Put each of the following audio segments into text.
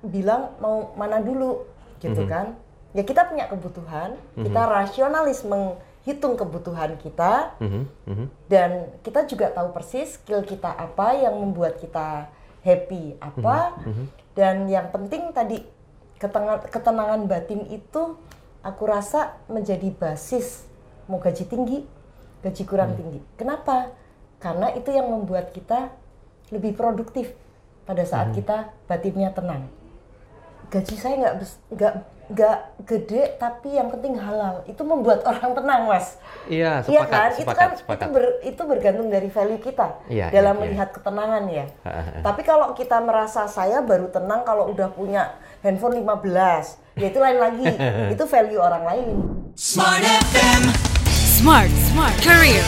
bilang mau mana dulu gitu kan. Ya kita punya kebutuhan, kita rasionalis menghitung kebutuhan kita, dan kita juga tahu persis skill kita apa yang membuat kita happy apa, dan yang penting tadi ketenangan batin itu aku rasa menjadi basis mau gaji tinggi, gaji kurang tinggi. Kenapa? Karena itu yang membuat kita lebih produktif pada saat kita batinnya tenang. Gaji saya nggak gede, tapi yang penting halal. Itu membuat orang tenang, Mas. Iya, sepakat. Iya kan? Sepakat. Itu bergantung dari value kita dalam melihat ketenangan ya. Tapi kalau kita merasa saya baru tenang kalau udah punya handphone 15, ya itu lain lagi. Itu value orang lain. Smart FM. Smart Career.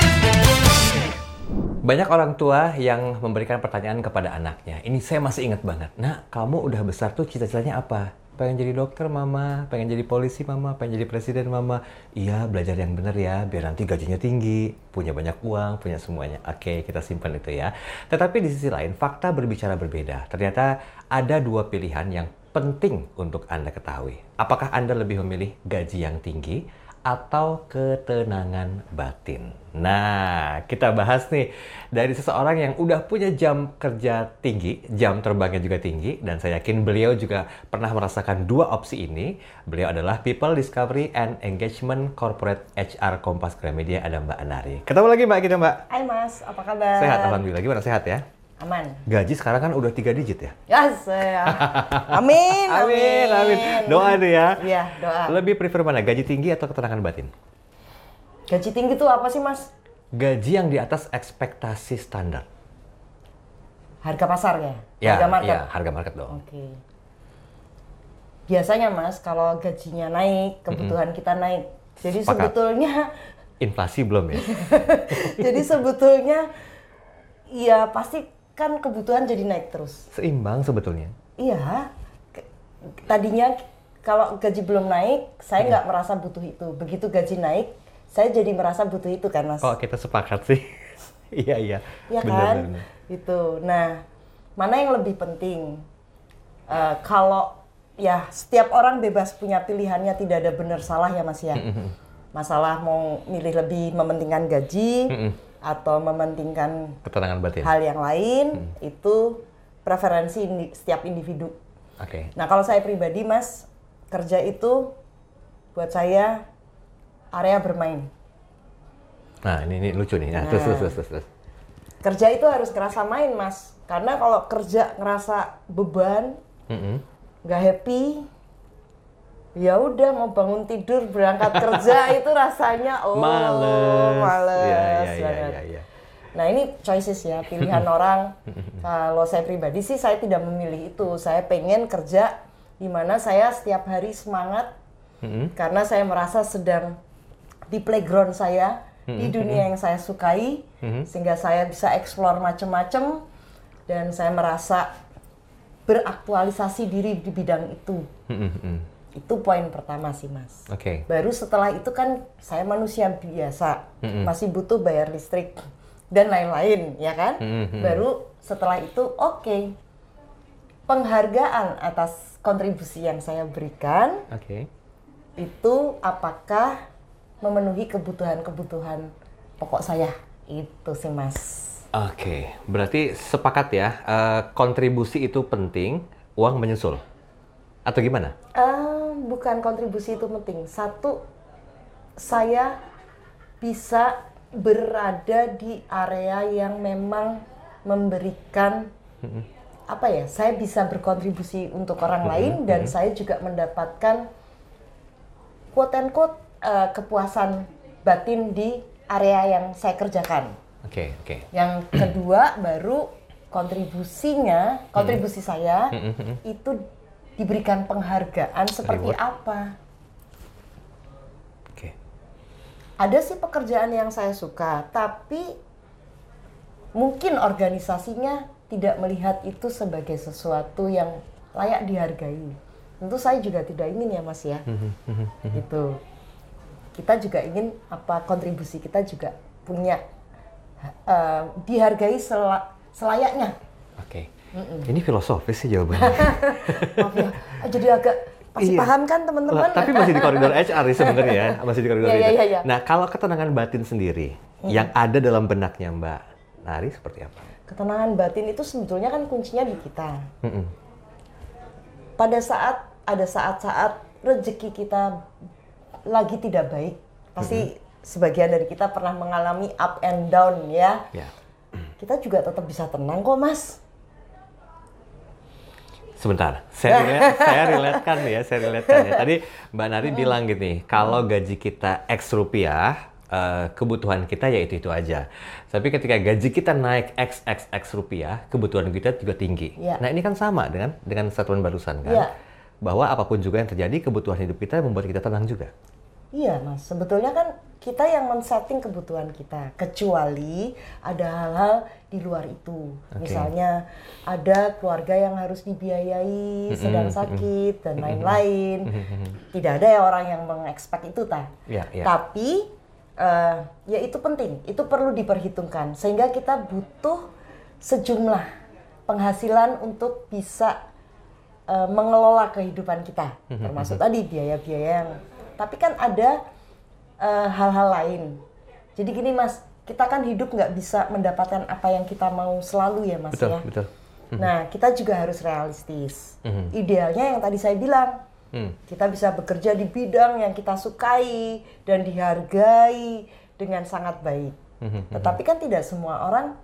Banyak orang tua yang memberikan pertanyaan kepada anaknya. Ini saya masih ingat banget. Nak, kamu udah besar tuh cita-citanya apa? Pengen jadi dokter, Mama. Pengen jadi polisi, Mama. Pengen jadi presiden, Mama. Iya, belajar yang benar ya, biar nanti gajinya tinggi, punya banyak uang, punya semuanya. Oke, kita simpan itu ya. Tetapi di sisi lain, fakta berbicara berbeda. Ternyata ada dua pilihan yang penting untuk Anda ketahui. Apakah Anda lebih memilih gaji yang tinggi atau ketenangan batin? Nah, kita bahas nih dari seseorang yang udah punya jam kerja tinggi, jam terbangnya juga tinggi, dan saya yakin beliau juga pernah merasakan dua opsi ini. Beliau adalah People Discovery and Engagement Corporate HR Kompas Gramedia, ada Mbak Anari. Ketemu lagi Mbak kita, Mbak. Hai Mas, apa kabar? Sehat, alhamdulillah. Gimana, sehat ya? Aman. Gaji sekarang kan udah 3 digit ya? Yes, amin. Doa itu ya. Iya, doa. Lebih prefer mana, gaji tinggi atau ketenangan batin? Gaji tinggi itu apa sih, Mas? Gaji yang di atas ekspektasi standar. Harga pasar ya? Ya, Harga market? iya, harga market dong. Oke. Biasanya, Mas, kalau gajinya naik, kebutuhan kita naik. Jadi Sepakat. sebetulnya... Inflasi belum ya? Jadi sebetulnya, ya pasti kan kebutuhan jadi naik terus. Seimbang sebetulnya. Iya. Tadinya kalau gaji belum naik, saya nggak merasa butuh itu. Begitu gaji naik, saya jadi merasa butuh itu kan, Mas. Kok kita sepakat sih? Iya. Iya kan? Itu. Nah, mana yang lebih penting? Kalau ya setiap orang bebas punya pilihannya, tidak ada benar salah ya, Mas ya. Masalah mau milih lebih mementingkan gaji atau mementingkan ketenangan batin. Hal yang lain itu preferensi setiap individu. Oke. Nah, kalau saya pribadi, Mas, kerja itu buat saya area bermain. Nah, ini lucu nih. Nah, terus. Kerja itu harus ngerasa main, Mas. Karena kalau kerja ngerasa beban, nggak happy, ya udah mau bangun tidur berangkat kerja itu rasanya males. Iya. Nah, ini choices ya, pilihan orang. Kalau saya pribadi sih saya tidak memilih itu. Saya pengen kerja di mana saya setiap hari semangat karena saya merasa sedang di playground saya, di dunia yang saya sukai, sehingga saya bisa explore macam-macam dan saya merasa beraktualisasi diri di bidang itu. Itu poin pertama sih, Mas. Oke. Baru setelah itu kan saya manusia biasa, masih butuh bayar listrik dan lain-lain, ya kan? Baru setelah itu oke. Penghargaan atas kontribusi yang saya berikan, itu apakah memenuhi kebutuhan-kebutuhan pokok saya? Itu sih, Mas. Oke, berarti sepakat ya, kontribusi itu penting, uang menyusul. Atau gimana? Bukan kontribusi itu penting. Satu, saya bisa berada di area yang memang memberikan saya bisa berkontribusi untuk orang lain dan saya juga mendapatkan quote and quote kepuasan batin di area yang saya kerjakan. Oke. Yang kedua baru kontribusi saya itu diberikan penghargaan seperti Reward. apa? Oke. Ada sih pekerjaan yang saya suka, tapi mungkin organisasinya tidak melihat itu sebagai sesuatu yang layak dihargai. Tentu saya juga tidak ingin ya, Mas ya. Gitu. Kita juga ingin kontribusi kita juga punya dihargai selayaknya. Oke. Ini filosofis sih jawabannya. Maaf ya, jadi agak masih paham kan teman-teman? Tapi masih di koridor HR nih sebenarnya ya, masih di koridor itu. Iya. Nah, kalau ketenangan batin sendiri yang ada dalam benaknya Mbak Nari seperti apa? Ketenangan batin itu sebetulnya kan kuncinya di kita. Pada saat ada saat-saat rezeki kita lagi tidak baik, pasti sebagian dari kita pernah mengalami up and down ya. Kita juga tetap bisa tenang kok, Mas. Sebentar, saya relatekan ya. Tadi Mbak Nari bilang gini, kalau gaji kita X rupiah, kebutuhan kita ya itu aja. Tapi ketika gaji kita naik X rupiah, kebutuhan kita juga tinggi. Nah ini kan sama dengan satuan barusan kan? Bahwa apapun juga yang terjadi, kebutuhan hidup kita membuat kita tenang juga. Iya Mas, sebetulnya kan kita yang men-setting kebutuhan kita, kecuali ada hal-hal di luar itu. Misalnya ada keluarga yang harus dibiayai, sedang sakit, dan lain-lain. Tidak ada ya orang yang mengekspek itu, Tapi ya itu penting, itu perlu diperhitungkan. Sehingga kita butuh sejumlah penghasilan untuk bisa mengelola kehidupan kita. Termasuk tadi biaya-biaya yang... Tapi kan ada hal-hal lain. Jadi gini Mas, kita kan hidup nggak bisa mendapatkan apa yang kita mau selalu ya Mas. Betul. Nah, kita juga harus realistis. Idealnya yang tadi saya bilang, kita bisa bekerja di bidang yang kita sukai dan dihargai dengan sangat baik. Tetapi kan tidak semua orang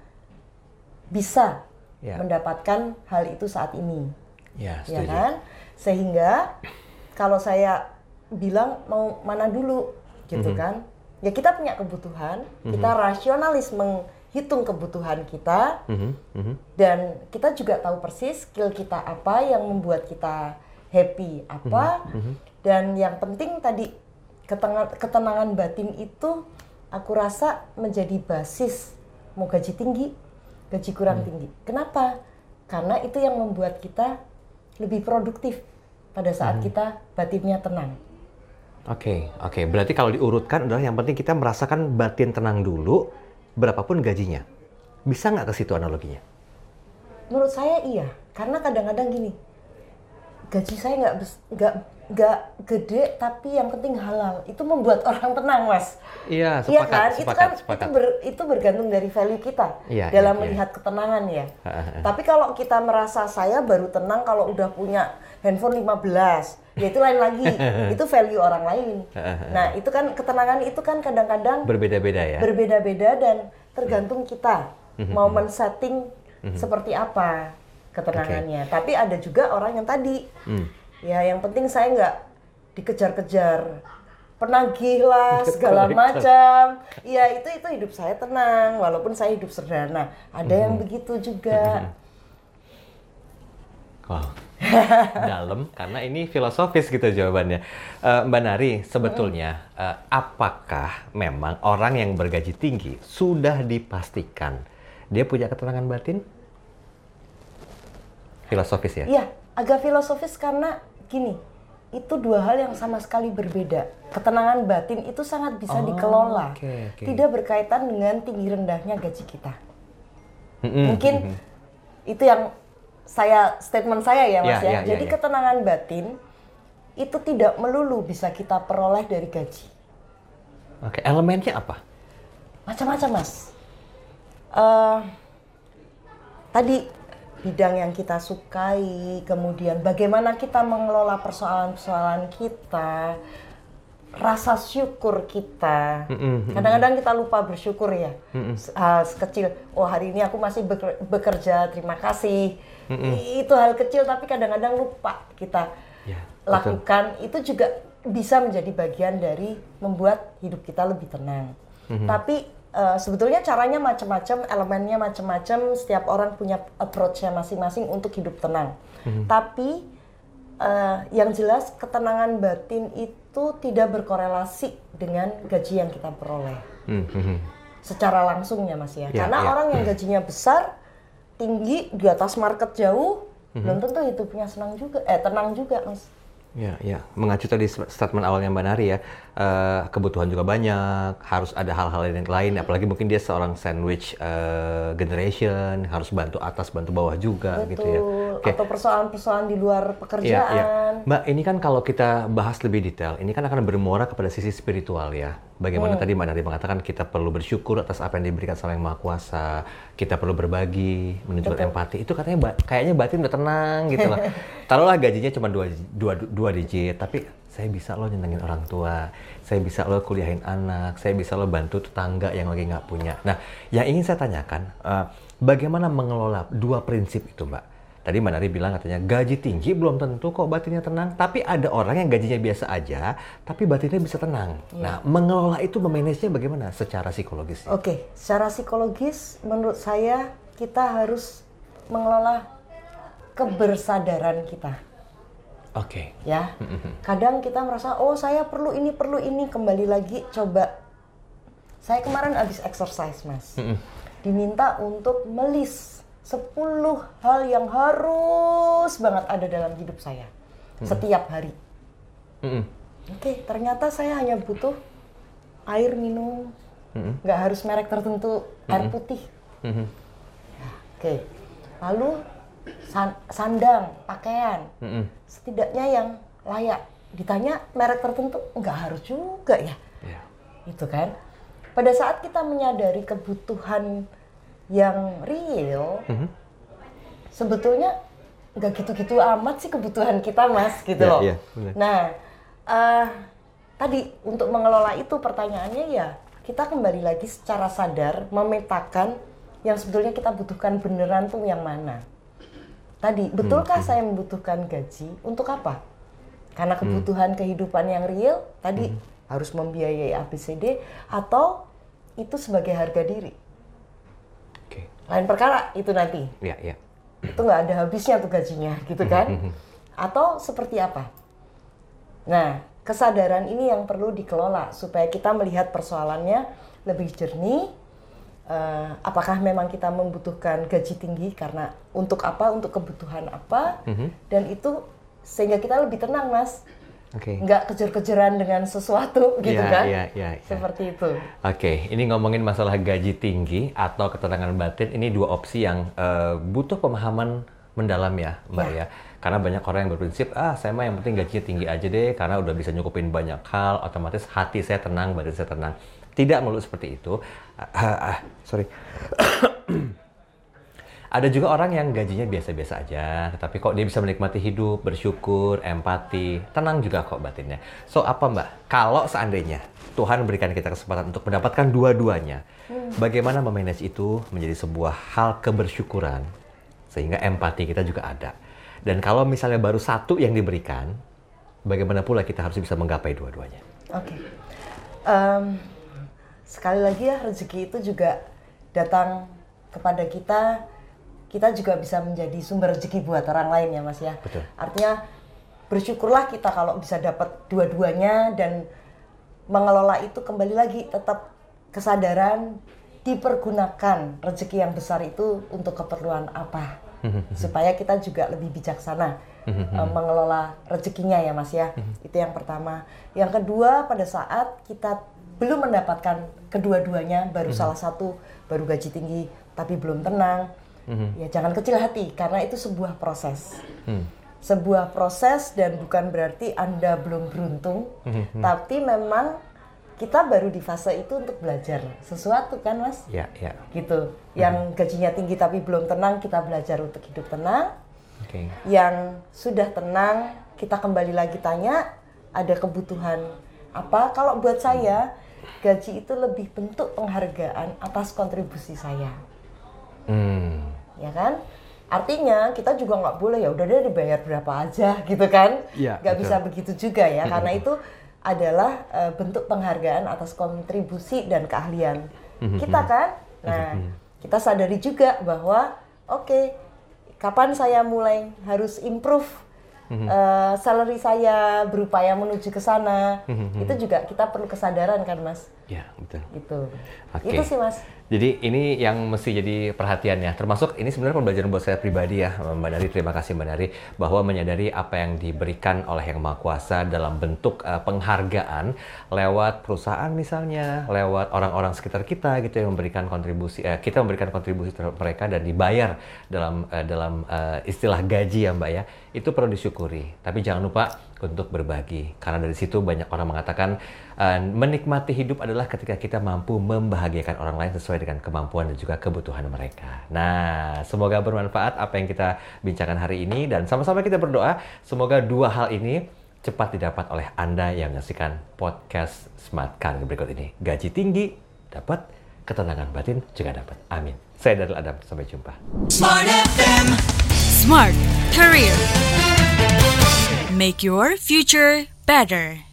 bisa mendapatkan hal itu saat ini. Ya kan? Sehingga kalau saya bilang mau mana dulu gitu kan, ya kita punya kebutuhan, kita rasionalis menghitung kebutuhan kita, dan kita juga tahu persis skill kita apa yang membuat kita happy apa, dan yang penting tadi ketenangan batin itu aku rasa menjadi basis mau gaji tinggi, gaji kurang tinggi. Kenapa? Karena itu yang membuat kita lebih produktif pada saat kita batinnya tenang. Oke. Berarti kalau diurutkan adalah yang penting kita merasakan batin tenang dulu, berapapun gajinya. Bisa nggak ke situ analoginya? Menurut saya iya, karena kadang-kadang gini, gaji saya nggak gede, tapi yang penting halal. Itu membuat orang tenang, Mas. Iya, sepakat. Itu bergantung dari value kita dalam melihat ketenangan ya. Tapi kalau kita merasa saya baru tenang kalau udah punya handphone 15, ya itu lain lagi. Itu value orang lain. Nah, itu kan ketenangan itu kan kadang-kadang berbeda-beda ya. Berbeda-beda dan tergantung kita mau men-setting seperti apa ketenangannya. Tapi ada juga orang yang tadi, ya yang penting saya nggak dikejar-kejar, penagih lah segala macam. Ya itu hidup saya tenang, walaupun saya hidup sederhana. Ada yang begitu juga. Wow, dalam karena ini filosofis gitu jawabannya. Mbak Nari, sebetulnya apakah memang orang yang bergaji tinggi sudah dipastikan dia punya ketenangan batin? Filosofis ya? Iya, agak filosofis karena gini, itu dua hal yang sama sekali berbeda. Ketenangan batin itu sangat bisa dikelola, tidak berkaitan dengan tinggi rendahnya gaji kita. Mungkin itu yang statement saya ya Mas ya. Jadi ketenangan batin itu tidak melulu bisa kita peroleh dari gaji. Oke, elemennya apa? Macam-macam Mas. Tadi bidang yang kita sukai, kemudian bagaimana kita mengelola persoalan-persoalan kita, rasa syukur kita. Kadang-kadang kita lupa bersyukur ya. Sekecil, hari ini aku masih bekerja, terima kasih. Itu hal kecil tapi kadang-kadang lupa kita lakukan. Betul. Itu juga bisa menjadi bagian dari membuat hidup kita lebih tenang. Tapi sebetulnya caranya macam-macam, elemennya macam-macam, setiap orang punya approach-nya masing-masing untuk hidup tenang. Tapi yang jelas ketenangan batin itu tidak berkorelasi dengan gaji yang kita peroleh. Secara langsungnya Mas ya. Karena orang yang gajinya besar, tinggi, di atas market jauh, belum tentu hidupnya tenang juga Mas. Ya. Mengacu tadi statement awalnya Mbak Nari ya, kebutuhan juga banyak, harus ada hal-hal lain, apalagi mungkin dia seorang sandwich generation, harus bantu atas, bantu bawah juga. Betul. Gitu ya. Okay. Atau persoalan-persoalan di luar pekerjaan. Ya. Mbak, ini kan kalau kita bahas lebih detail, ini kan akan bermuara kepada sisi spiritual ya. Bagaimana tadi Mbak Nari mengatakan kita perlu bersyukur atas apa yang diberikan sama Yang Maha Kuasa, kita perlu berbagi, menunjukkan empati. Itu katanya kayaknya batin udah tenang gitu loh. Taruhlah gajinya cuma dua digit, tapi saya bisa loh nyenengin orang tua, saya bisa loh kuliahin anak, saya bisa loh bantu tetangga yang lagi nggak punya. Nah, yang ingin saya tanyakan, bagaimana mengelola dua prinsip itu, Mbak? Tadi Mbak Nari bilang katanya gaji tinggi belum tentu kok batinnya tenang, tapi ada orang yang gajinya biasa aja, tapi batinnya bisa tenang. Nah, mengelola itu, memanagenya bagaimana secara psikologis? Oke, secara psikologis menurut saya kita harus mengelola kebersadaran kita. Oke. Ya, kadang kita merasa, oh saya perlu ini, kembali lagi coba. Saya kemarin habis exercise, Mas. Diminta untuk melis 10 hal yang harus banget ada dalam hidup saya setiap hari. Oke, ternyata saya hanya butuh air minum, nggak harus merek tertentu, air putih. Oke, lalu sandang, pakaian, setidaknya yang layak. Ditanya merek tertentu, nggak harus juga ya. Itu kan. Pada saat kita menyadari kebutuhan yang real, sebetulnya nggak gitu-gitu amat sih kebutuhan kita, Mas, gitu loh. Nah, tadi untuk mengelola itu pertanyaannya ya, kita kembali lagi secara sadar memetakan yang sebetulnya kita butuhkan beneran tuh yang mana. Tadi, betulkah saya membutuhkan gaji? Untuk apa? Karena kebutuhan kehidupan yang real, tadi harus membiayai ABCD, atau itu sebagai harga diri. Lain perkara itu nanti. Itu nggak ada habisnya tuh gajinya, gitu kan? Atau seperti apa? Nah, kesadaran ini yang perlu dikelola supaya kita melihat persoalannya lebih jernih. Apakah memang kita membutuhkan gaji tinggi karena untuk apa, untuk kebutuhan apa, dan itu sehingga kita lebih tenang, Mas. Nggak kejar-kejaran dengan sesuatu gitu kan. Seperti itu. Oke, ini ngomongin masalah gaji tinggi atau ketenangan batin, ini dua opsi yang butuh pemahaman mendalam ya, Mbak ya. Karena banyak orang yang berprinsip, saya mah yang penting gajinya tinggi aja deh, karena udah bisa nyukupin banyak hal, otomatis hati saya tenang, batin saya tenang. Tidak melulu seperti itu. Sorry. Ada juga orang yang gajinya biasa-biasa aja, tetapi kok dia bisa menikmati hidup, bersyukur, empati, tenang juga kok batinnya. So, apa Mbak? Kalau seandainya Tuhan berikan kita kesempatan untuk mendapatkan dua-duanya, bagaimana memanage itu menjadi sebuah hal kebersyukuran, sehingga empati kita juga ada. Dan kalau misalnya baru satu yang diberikan, bagaimana pula kita harus bisa menggapai dua-duanya? Oke. Sekali lagi ya, rezeki itu juga datang kepada kita juga bisa menjadi sumber rezeki buat orang lain ya, Mas ya. Betul. Artinya bersyukurlah kita kalau bisa dapat dua-duanya, dan mengelola itu kembali lagi tetap kesadaran, dipergunakan rezeki yang besar itu untuk keperluan apa, supaya kita juga lebih bijaksana mengelola rezekinya ya, Mas ya. Itu yang pertama. Yang kedua, pada saat kita belum mendapatkan kedua-duanya, baru salah satu, baru gaji tinggi tapi belum tenang, ya jangan kecil hati, karena itu sebuah proses. Sebuah proses, dan bukan berarti Anda belum beruntung, tapi memang kita baru di fase itu untuk belajar sesuatu kan, Mas? Ya. Gitu. Yang gajinya tinggi tapi belum tenang, kita belajar untuk hidup tenang. Yang sudah tenang, kita kembali lagi tanya, ada kebutuhan apa? Kalau buat saya, gaji itu lebih bentuk penghargaan atas kontribusi saya. Ya kan? Artinya kita juga nggak boleh ya udah deh dibayar berapa aja gitu kan? Nggak bisa begitu juga ya, karena itu adalah bentuk penghargaan atas kontribusi dan keahlian kita kan. Nah, kita sadari juga bahwa oke, kapan saya mulai harus improve salary saya berupaya menuju ke sana. Itu juga kita perlu kesadaran kan, Mas? Ya, betul. Gitu. Oke. Itu sih, Mas. Jadi ini yang mesti jadi perhatiannya. Termasuk ini sebenarnya pembelajaran buat saya pribadi ya, Mbak Nari. Terima kasih Mbak Nari bahwa menyadari apa yang diberikan oleh Yang Maha Kuasa dalam bentuk penghargaan lewat perusahaan misalnya, lewat orang-orang sekitar kita gitu yang memberikan kontribusi. Kita memberikan kontribusi terhadap mereka dan dibayar dalam istilah gaji ya Mbak ya. Itu perlu disyukuri. Tapi jangan lupa untuk berbagi. Karena dari situ banyak orang mengatakan menikmati hidup adalah ketika kita mampu membahagiakan orang lain sesuai dengan kemampuan dan juga kebutuhan mereka. Nah, semoga bermanfaat apa yang kita bincangkan hari ini dan sama-sama kita berdoa semoga dua hal ini cepat didapat oleh Anda yang menyaksikan podcast Smart Career berikut ini. Gaji tinggi dapat, ketenangan batin juga dapat. Amin. Saya Daryl Adam, sampai jumpa. Smart FM. Smart Career. Make your future better.